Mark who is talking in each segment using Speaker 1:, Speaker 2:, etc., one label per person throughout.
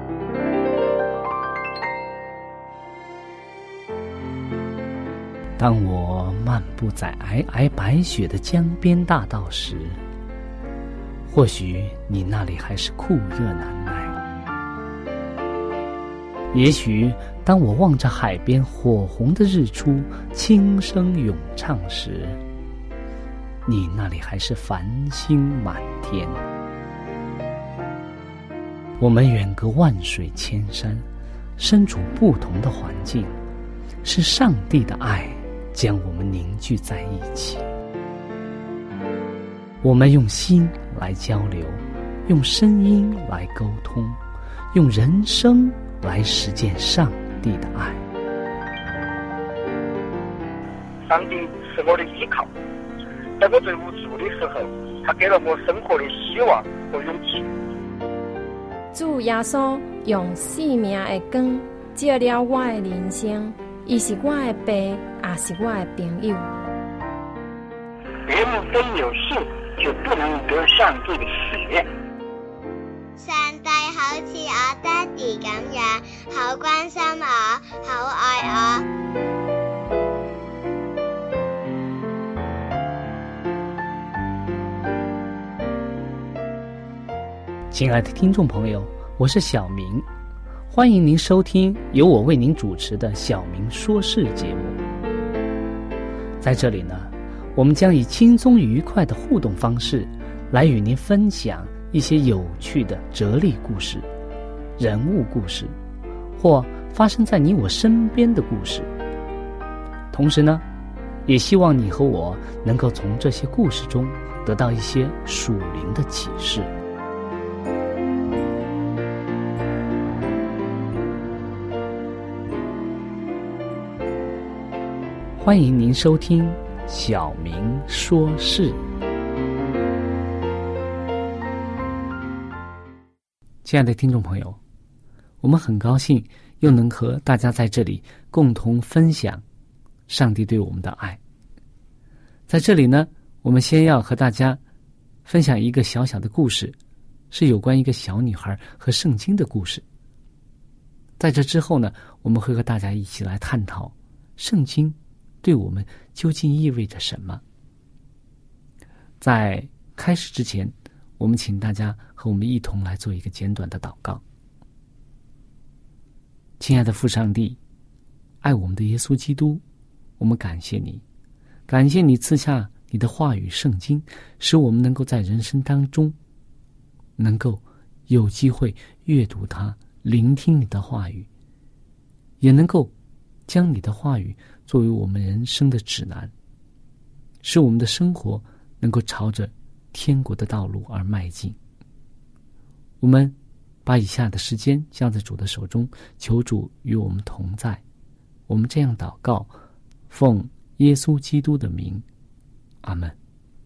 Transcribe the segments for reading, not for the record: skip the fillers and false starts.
Speaker 1: 当我漫步在皑皑白雪的江边大道时，或许你那里还是酷热难耐。也许当我望着海边火红的日出轻声咏唱时，你那里还是繁星满天。我们远隔万水千山，身处不同的环境，是上帝的爱将我们凝聚在一起。我们用心来交流，用声音来沟通，用人生来实践上帝的爱。
Speaker 2: 上帝是我的依靠，在我最无助的时候，他给了我生活的希望和勇气。
Speaker 3: 主耶稣用生命的光照了我的人生，伊是我的爸，也是我的朋友。
Speaker 2: 别人非有信，就不能得上帝的喜悦。
Speaker 4: 上帝好似我爹哋咁樣，好關心我，好愛我。
Speaker 1: 亲爱的听众朋友，我是小明，欢迎您收听由我为您主持的小明说事节目。在这里呢，我们将以轻松愉快的互动方式来与您分享一些有趣的哲理故事、人物故事，或发生在你我身边的故事。同时呢，也希望你和我能够从这些故事中得到一些属灵的启示。欢迎您收听小明说事。亲爱的听众朋友，我们很高兴又能和大家在这里共同分享上帝对我们的爱。在这里呢，我们先要和大家分享一个小小的故事，是有关一个小女孩和圣经的故事。在这之后呢，我们会和大家一起来探讨圣经对我们究竟意味着什么。在开始之前，我们请大家和我们一同来做一个简短的祷告。亲爱的父上帝，爱我们的耶稣基督，我们感谢你，感谢你赐下你的话语圣经，使我们能够在人生当中能够有机会阅读它，聆听你的话语，也能够将你的话语作为我们人生的指南，使我们的生活能够朝着天国的道路而迈进。我们把以下的时间交在主的手中，求主与我们同在。我们这样祷告，奉耶稣基督的名，阿们。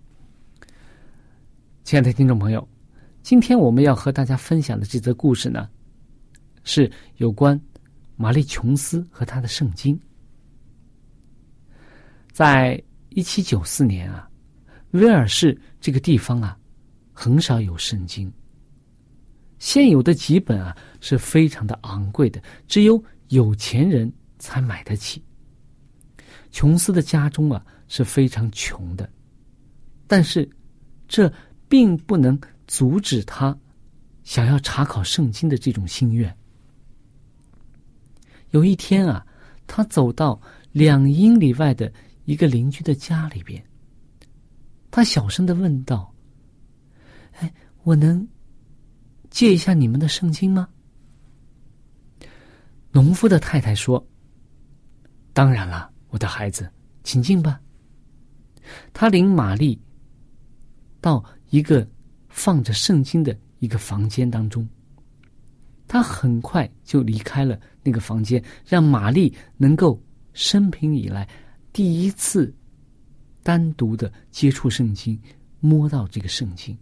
Speaker 1: 亲爱的听众朋友，今天我们要和大家分享的这则故事呢，是有关玛丽琼斯和她的圣经。在1794年啊，威尔士这个地方啊，很少有圣经。现有的几本啊，是非常的昂贵的，只有有钱人才买得起。琼斯的家中啊，是非常穷的，但是这并不能阻止他想要查考圣经的这种心愿。有一天啊，他走到2英里外的一个邻居的家里边，他小声地问道：我能借一下你们的圣经吗？农夫的太太说：当然了，我的孩子，请进吧。他领玛丽到一个放着圣经的一个房间当中，他很快就离开了那个房间，让玛丽能够生平以来第一次单独的接触圣经，摸到这个圣经。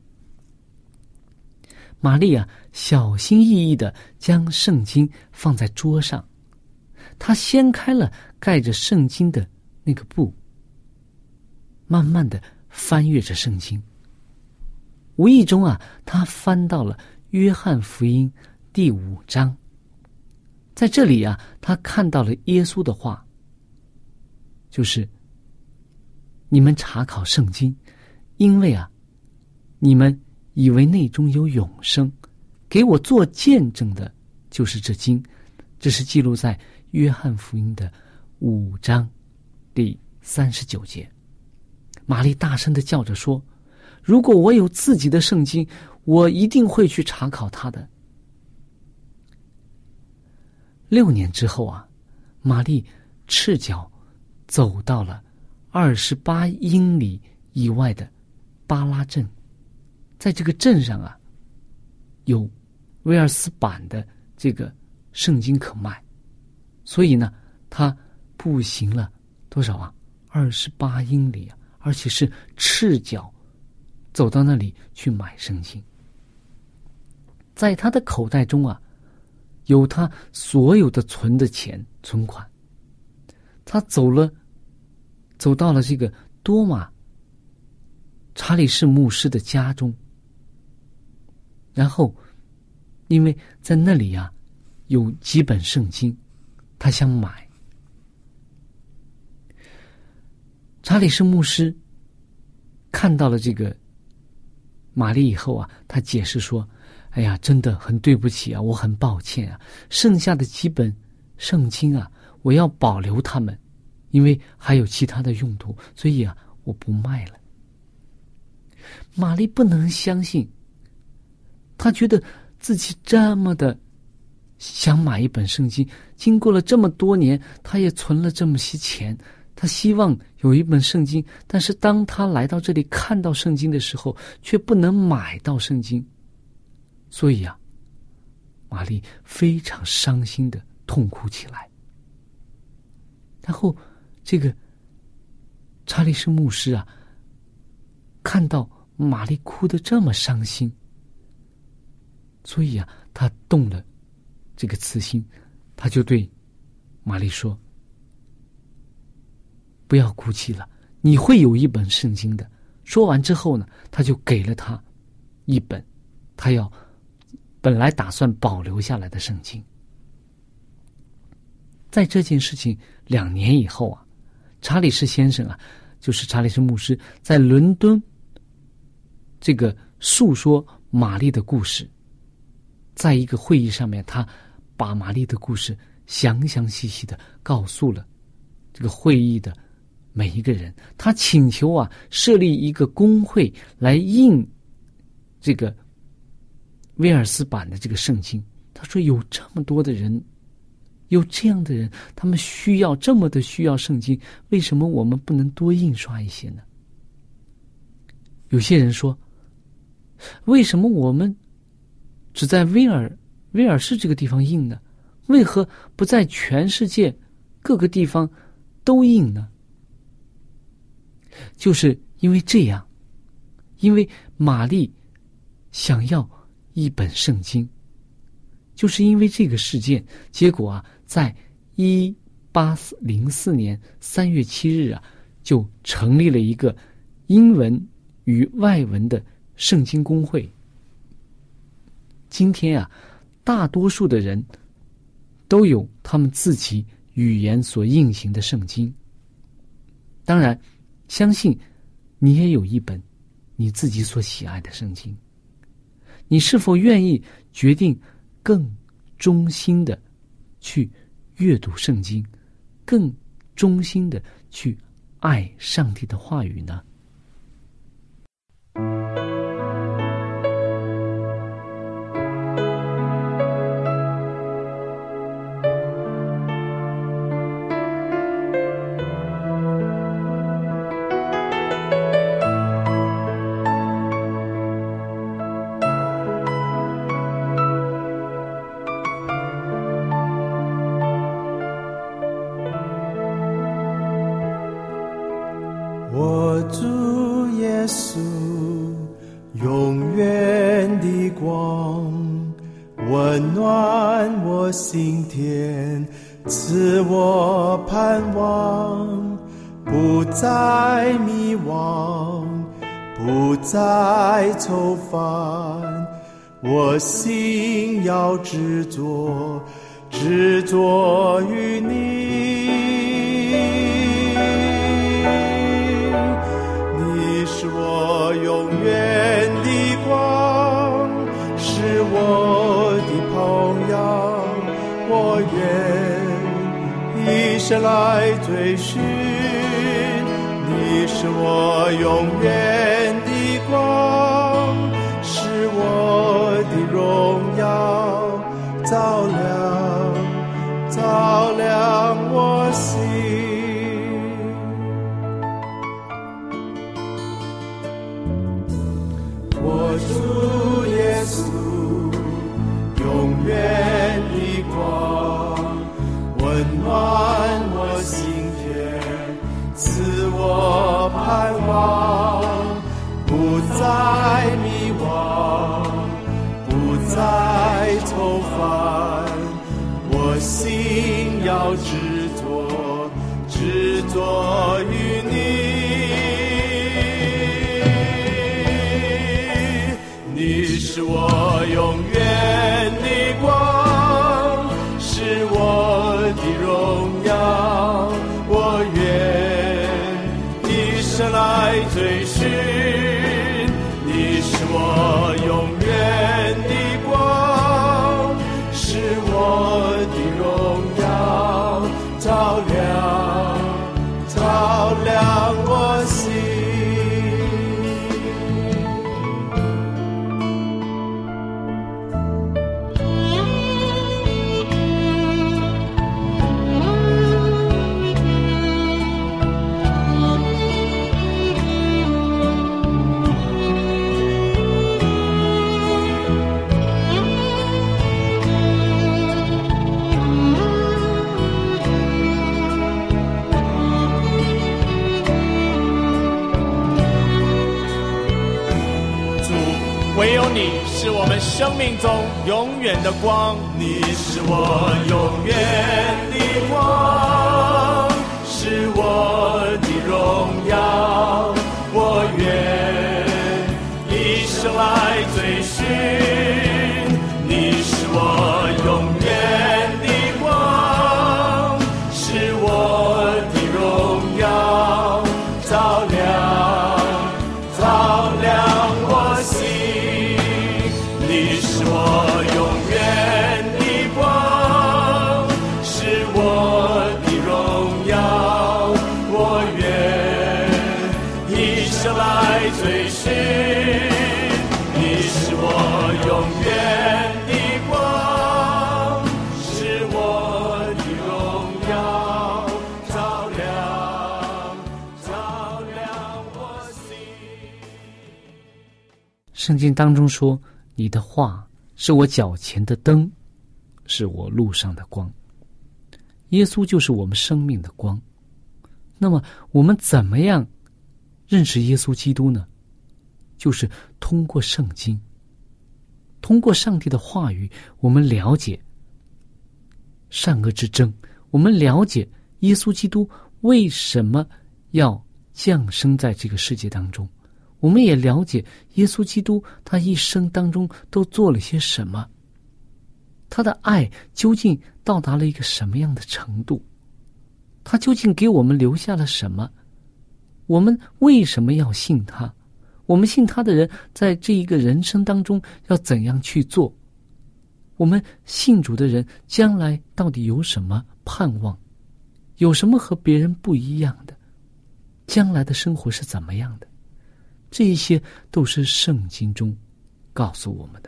Speaker 1: 玛丽啊，小心翼翼地将圣经放在桌上，她掀开了盖着圣经的那个布，慢慢地翻阅着圣经。无意中啊，她翻到了约翰福音第5章，在这里啊，他看到了耶稣的话，就是你们查考圣经，因为啊，你们以为内中有永生，给我做见证的就是这经。这是记录在约翰福音的5章第39节。玛丽大声地叫着说，如果我有自己的圣经，我一定会去查考它的。6年之后啊，玛丽赤脚走到了28英里以外的巴拉镇。在这个镇上啊，有威尔斯版的这个圣经可卖，所以呢，他步行了多少啊？28英里啊，而且是赤脚走到那里去买圣经。在他的口袋中啊，有他所有的存款。他走到了这个多马查理士牧师的家中，然后因为在那里啊有几本圣经，他想买。查理士牧师看到了这个玛丽以后啊，他解释说，哎呀，真的很对不起啊，我很抱歉啊，剩下的几本圣经啊，我要保留它们，因为还有其他的用途，所以啊，我不卖了。玛丽不能相信，她觉得自己这么的想买一本圣经，经过了这么多年，她也存了这么些钱，她希望有一本圣经，但是当她来到这里看到圣经的时候，却不能买到圣经。所以啊，玛丽非常伤心的痛哭起来。然后这个查理士牧师啊，看到玛丽哭得这么伤心，所以啊，他动了这个慈心，他就对玛丽说，不要哭泣了，你会有一本圣经的。说完之后呢，他就给了他一本他本来打算保留下来的圣经。在这件事情2年以后啊，查理士先生啊，就是查理士牧师，在伦敦这个述说玛丽的故事，在一个会议上面，他把玛丽的故事详详细细的告诉了这个会议的每一个人。他请求啊，设立一个公会来印这个威尔斯版的这个圣经。他说有这么多的人，有这样的人，他们这么的需要圣经，为什么我们不能多印刷一些呢？有些人说，为什么我们只在威尔士这个地方印呢？为何不在全世界各个地方都印呢？就是因为这样，因为玛丽想要一本圣经，就是因为这个事件，结果啊，在1804年3月7日啊，就成立了一个英文与外文的圣经公会。今天啊，大多数的人都有他们自己语言所印行的圣经。当然，相信你也有一本你自己所喜爱的圣经。你是否愿意决定更忠心的去阅读圣经，更忠心的去爱上帝的话语呢？
Speaker 5: 我主耶稣，永远的光，温暖我心田，赐我盼望，不再迷惘，不再愁烦。 我心要执着，执着于你。你是我永远的光，是我的朋友，我愿一生来追寻。你是我永远的光，是我的荣耀，照亮我心。我主耶稣永远的光，温暖我心田，赐我盼望，不再迷惘，不再愁烦，我心要执着于你。你是我永远的光，是我的荣耀，我愿一生来追寻。你是我永远的光，是我的荣耀，照亮我心。
Speaker 6: 唯有你是我们生命中永远的光，
Speaker 5: 你是我永远的光，是我的荣耀，我愿一生来追寻。你是我永远的光，是我的荣耀，照亮我心。你是我永远的光，是我的荣耀，我愿一生来追寻。你是我永远的光，是我的荣耀，照亮我心。
Speaker 1: 圣经当中说，你的话是我脚前的灯，是我路上的光。耶稣就是我们生命的光。那么我们怎么样认识耶稣基督呢？就是通过圣经，通过上帝的话语，我们了解善恶之争，我们了解耶稣基督为什么要降生在这个世界当中，我们也了解耶稣基督他一生当中都做了些什么，他的爱究竟到达了一个什么样的程度，他究竟给我们留下了什么，我们为什么要信他，我们信他的人在这一个人生当中要怎样去做，我们信主的人将来到底有什么盼望，有什么和别人不一样的，将来的生活是怎么样的，这一些都是圣经中告诉我们的。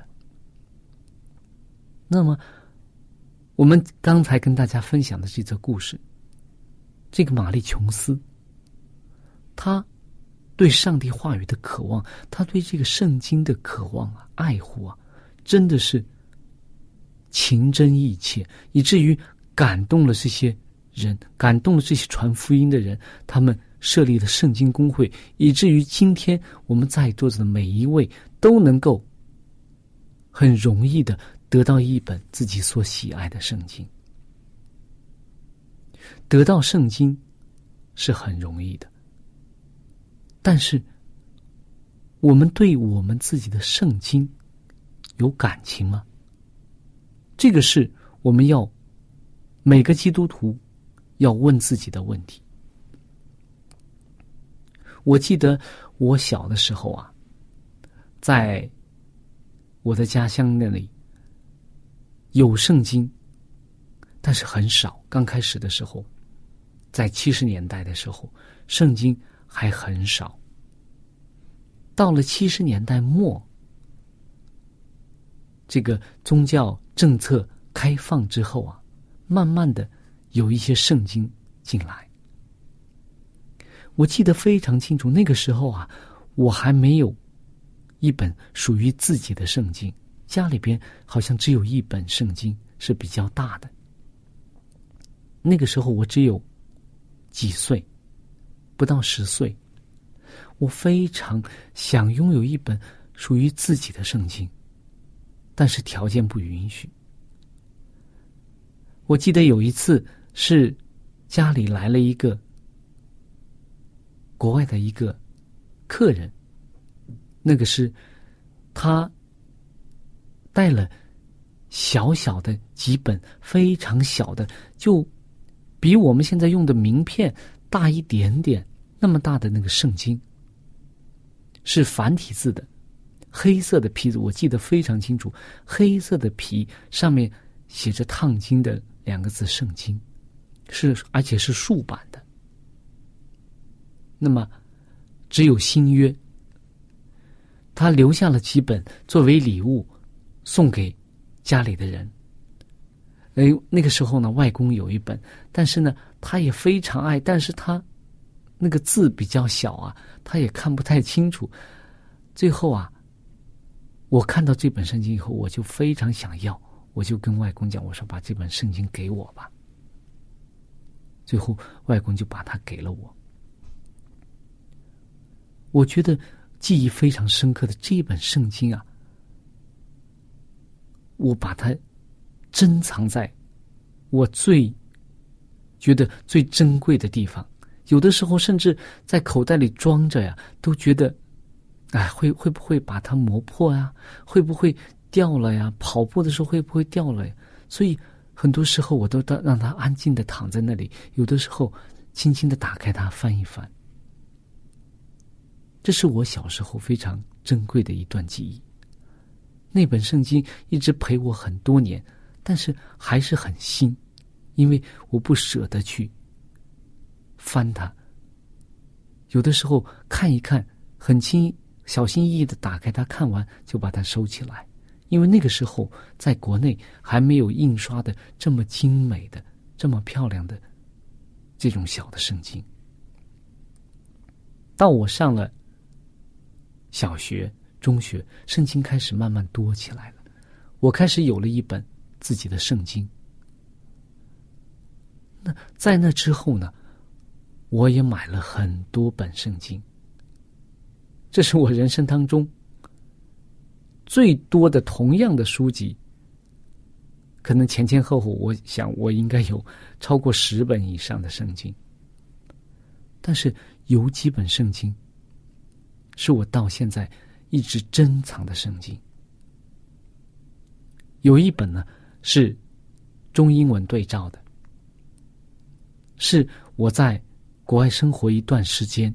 Speaker 1: 那么我们刚才跟大家分享的这则故事，这个玛丽琼斯，他对上帝话语的渴望，他对这个圣经的渴望啊、爱护啊，真的是情真意切，以至于感动了这些人，感动了这些传福音的人，他们设立了圣经公会，以至于今天我们在座的每一位都能够很容易的得到一本自己所喜爱的圣经。得到圣经是很容易的，但是我们对我们自己的圣经有感情吗？这个是我们要每个基督徒要问自己的问题。我记得我小的时候啊，在我的家乡那里有圣经，但是很少。刚开始的时候，在70年代的时候，圣经还很少。到了70年代末，这个宗教政策开放之后啊，慢慢的有一些圣经进来。我记得非常清楚，那个时候啊，我还没有一本属于自己的圣经，家里边好像只有一本圣经是比较大的。那个时候我只有几岁，不到10岁，我非常想拥有一本属于自己的圣经，但是条件不允许。我记得有一次是家里来了一个国外的一个客人，那个是他带了小小的几本非常小的，就比我们现在用的名片大一点点那么大的那个圣经，是繁体字的，黑色的皮子，我记得非常清楚，黑色的皮上面写着烫金的2个字圣经，而且是竖版的。那么只有新约，他留下了几本作为礼物送给家里的人。那个时候呢，外公有一本，但是呢他也非常爱，但是他那个字比较小啊，他也看不太清楚。最后啊，我看到这本圣经以后，我就非常想要，我就跟外公讲，我说把这本圣经给我吧。最后外公就把它给了我。我觉得记忆非常深刻的这一本圣经啊，我把它珍藏在我觉得最珍贵的地方，有的时候甚至在口袋里装着呀，都觉得会不会把它磨破呀，会不会掉了呀，跑步的时候会不会掉了呀。所以很多时候我都让它安静的躺在那里，有的时候轻轻的打开它翻一翻。这是我小时候非常珍贵的一段记忆。那本圣经一直陪我很多年，但是还是很新，因为我不舍得去翻它。有的时候看一看，很小心翼翼的打开它，看完就把它收起来，因为那个时候在国内还没有印刷的这么精美的、这么漂亮的这种小的圣经。到我上了小学、中学，圣经开始慢慢多起来了，我开始有了一本自己的圣经。那在那之后呢，我也买了很多本圣经。这是我人生当中最多的同样的书籍，可能前前后后我想我应该有超过10本以上的圣经。但是有几本圣经是我到现在一直珍藏的圣经。有一本呢是中英文对照的，是我在国外生活一段时间，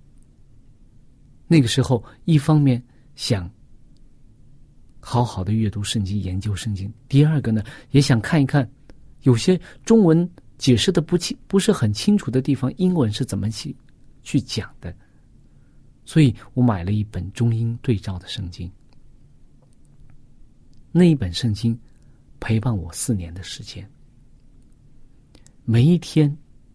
Speaker 1: 那个时候一方面想好好的阅读圣经、研究圣经，第二个呢也想看一看有些中文解释的不是很清楚的地方，英文是怎么去讲的。所以我买了一本中英对照的圣经。那一本圣经陪伴我4年的时间，每一天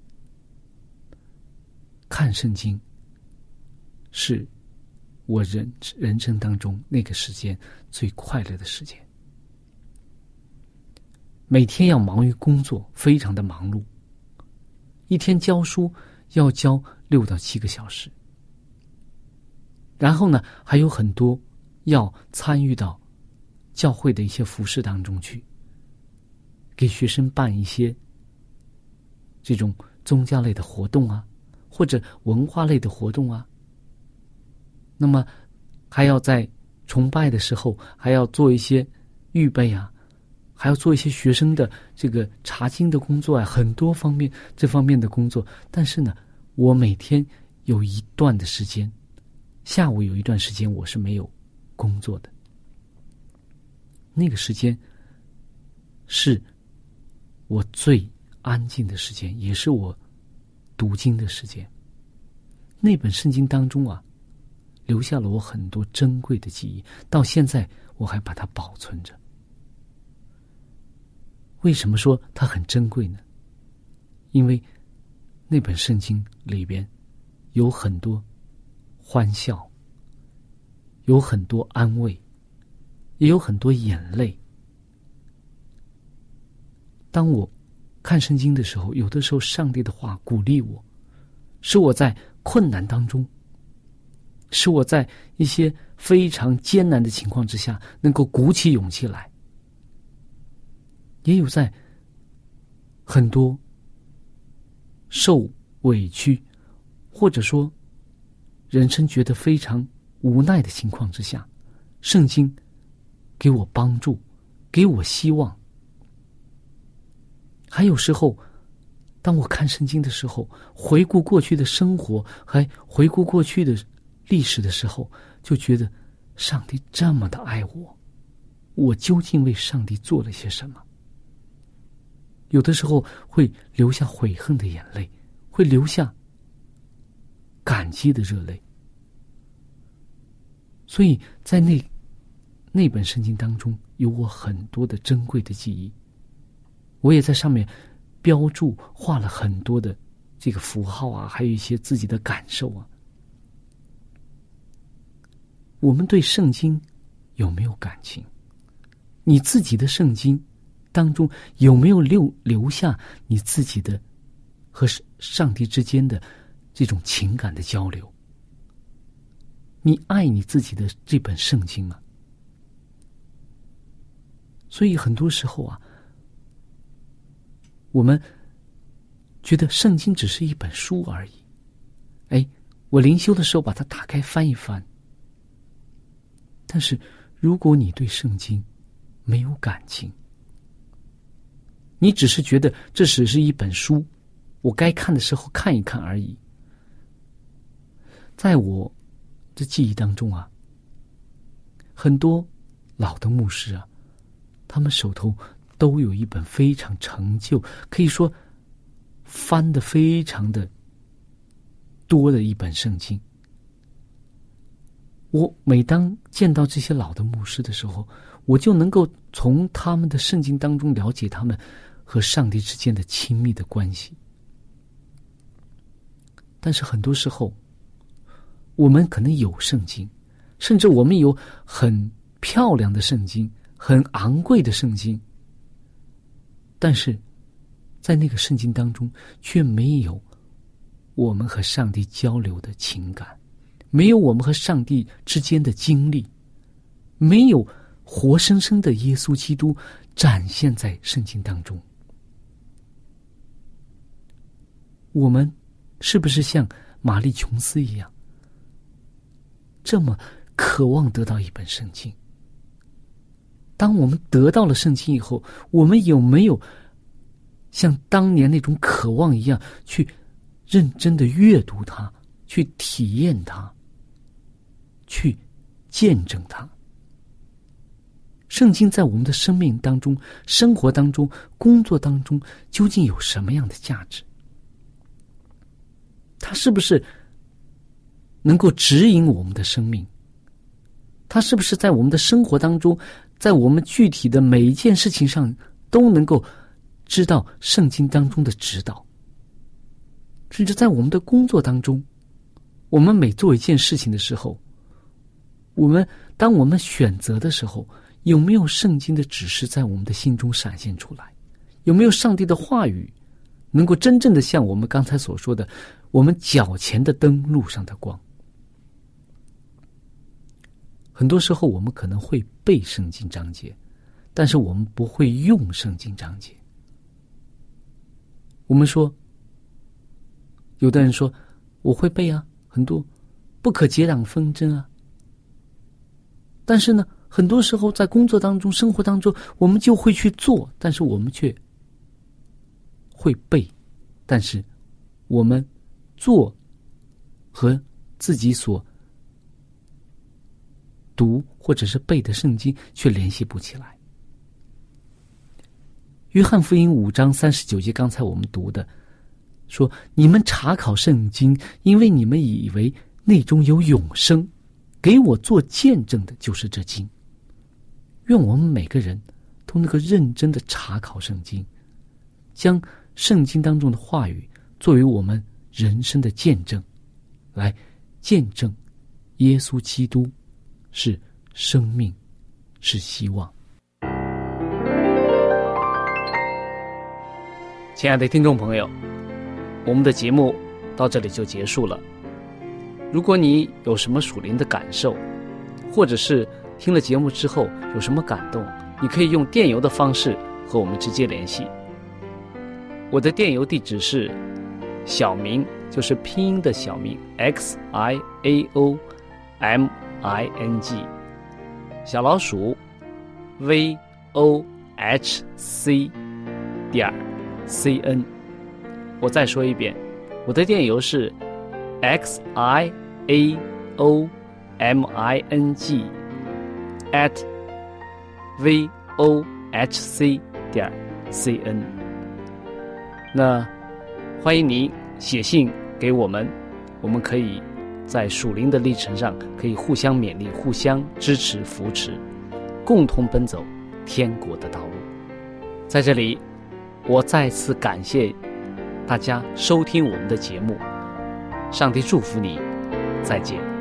Speaker 1: 看圣经是我人生当中那个时间最快乐的时间。每天要忙于工作，非常的忙碌，一天教书要教6到7个小时，然后呢还有很多要参与到教会的一些服事当中去，给学生办一些这种宗教类的活动啊，或者文化类的活动啊。那么还要在崇拜的时候还要做一些预备啊，还要做一些学生的这个查经的工作啊，很多方面这方面的工作。但是呢，我每天有一段的时间，下午有一段时间我是没有工作的，那个时间是我最安静的时间，也是我读经的时间。那本圣经当中啊，留下了我很多珍贵的记忆，到现在我还把它保存着。为什么说它很珍贵呢？因为那本圣经里边有很多欢笑，有很多安慰，也有很多眼泪。当我看圣经的时候，有的时候上帝的话鼓励我，使我在困难当中，使我在一些非常艰难的情况之下能够鼓起勇气来。也有在很多受委屈，或者说人生觉得非常无奈的情况之下，圣经给我帮助，给我希望。还有时候当我看圣经的时候，回顾过去的生活，还回顾过去的历史的时候，就觉得上帝这么的爱我，我究竟为上帝做了些什么？有的时候会流下悔恨的眼泪，会流下感激的热泪。所以在那本圣经当中有我很多的珍贵的记忆，我也在上面标注画了很多的这个符号啊，还有一些自己的感受啊。我们对圣经有没有感情？你自己的圣经当中有没有留下你自己的和上帝之间的这种情感的交流？你爱你自己的这本圣经吗？所以很多时候啊，我们觉得圣经只是一本书而已。我灵修的时候把它打开翻一翻。但是如果你对圣经没有感情，你只是觉得这只是一本书，我该看的时候看一看而已。在我的记忆当中啊，很多老的牧师啊，他们手头都有一本非常成就，可以说翻得非常的多的一本圣经。我每当见到这些老的牧师的时候，我就能够从他们的圣经当中了解他们和上帝之间的亲密的关系。但是很多时候我们可能有圣经，甚至我们有很漂亮的圣经，很昂贵的圣经，但是在那个圣经当中却没有我们和上帝交流的情感，没有我们和上帝之间的经历，没有活生生的耶稣基督展现在圣经当中。我们是不是像玛丽琼斯一样，这么渴望得到一本圣经？当我们得到了圣经以后，我们有没有像当年那种渴望一样，去认真的阅读它，去体验它，去见证它？圣经在我们的生命当中、生活当中、工作当中究竟有什么样的价值？它是不是能够指引我们的生命？它是不是在我们的生活当中，在我们具体的每一件事情上都能够知道圣经当中的指导？甚至在我们的工作当中，我们每做一件事情的时候，当我们选择的时候，有没有圣经的指示在我们的心中闪现出来？有没有上帝的话语能够真正的像我们刚才所说的，我们脚前的灯，路上的光？很多时候我们可能会背圣经章节，但是我们不会用圣经章节。我们说，有的人说我会背啊，很多不可结党纷争啊， 但是呢，很多时候在工作当中、生活当中，我们就会去做，但是我们却会背，但是我们做和自己所读或者是背的圣经却联系不起来。约翰福音5章39节，刚才我们读的说，你们查考圣经，因为你们以为内中有永生，给我做见证的就是这经。愿我们每个人都能够认真的查考圣经，将圣经当中的话语作为我们人生的见证，来见证耶稣基督是生命，是希望。亲爱的听众朋友，我们的节目到这里就结束了。如果你有什么属灵的感受，或者是听了节目之后有什么感动，你可以用电邮的方式和我们直接联系。我的电邮地址是小明，就是拼音的小明 XIAOMING 小老鼠 VOHC.CN。 我再说一遍，我的电邮是 XIAOMING@VOHC.CN。 那欢迎您写信给我们，我们可以在属灵的历程上可以互相勉励，互相支持扶持，共同奔走天国的道路。在这里我再次感谢大家收听我们的节目，上帝祝福你，再见。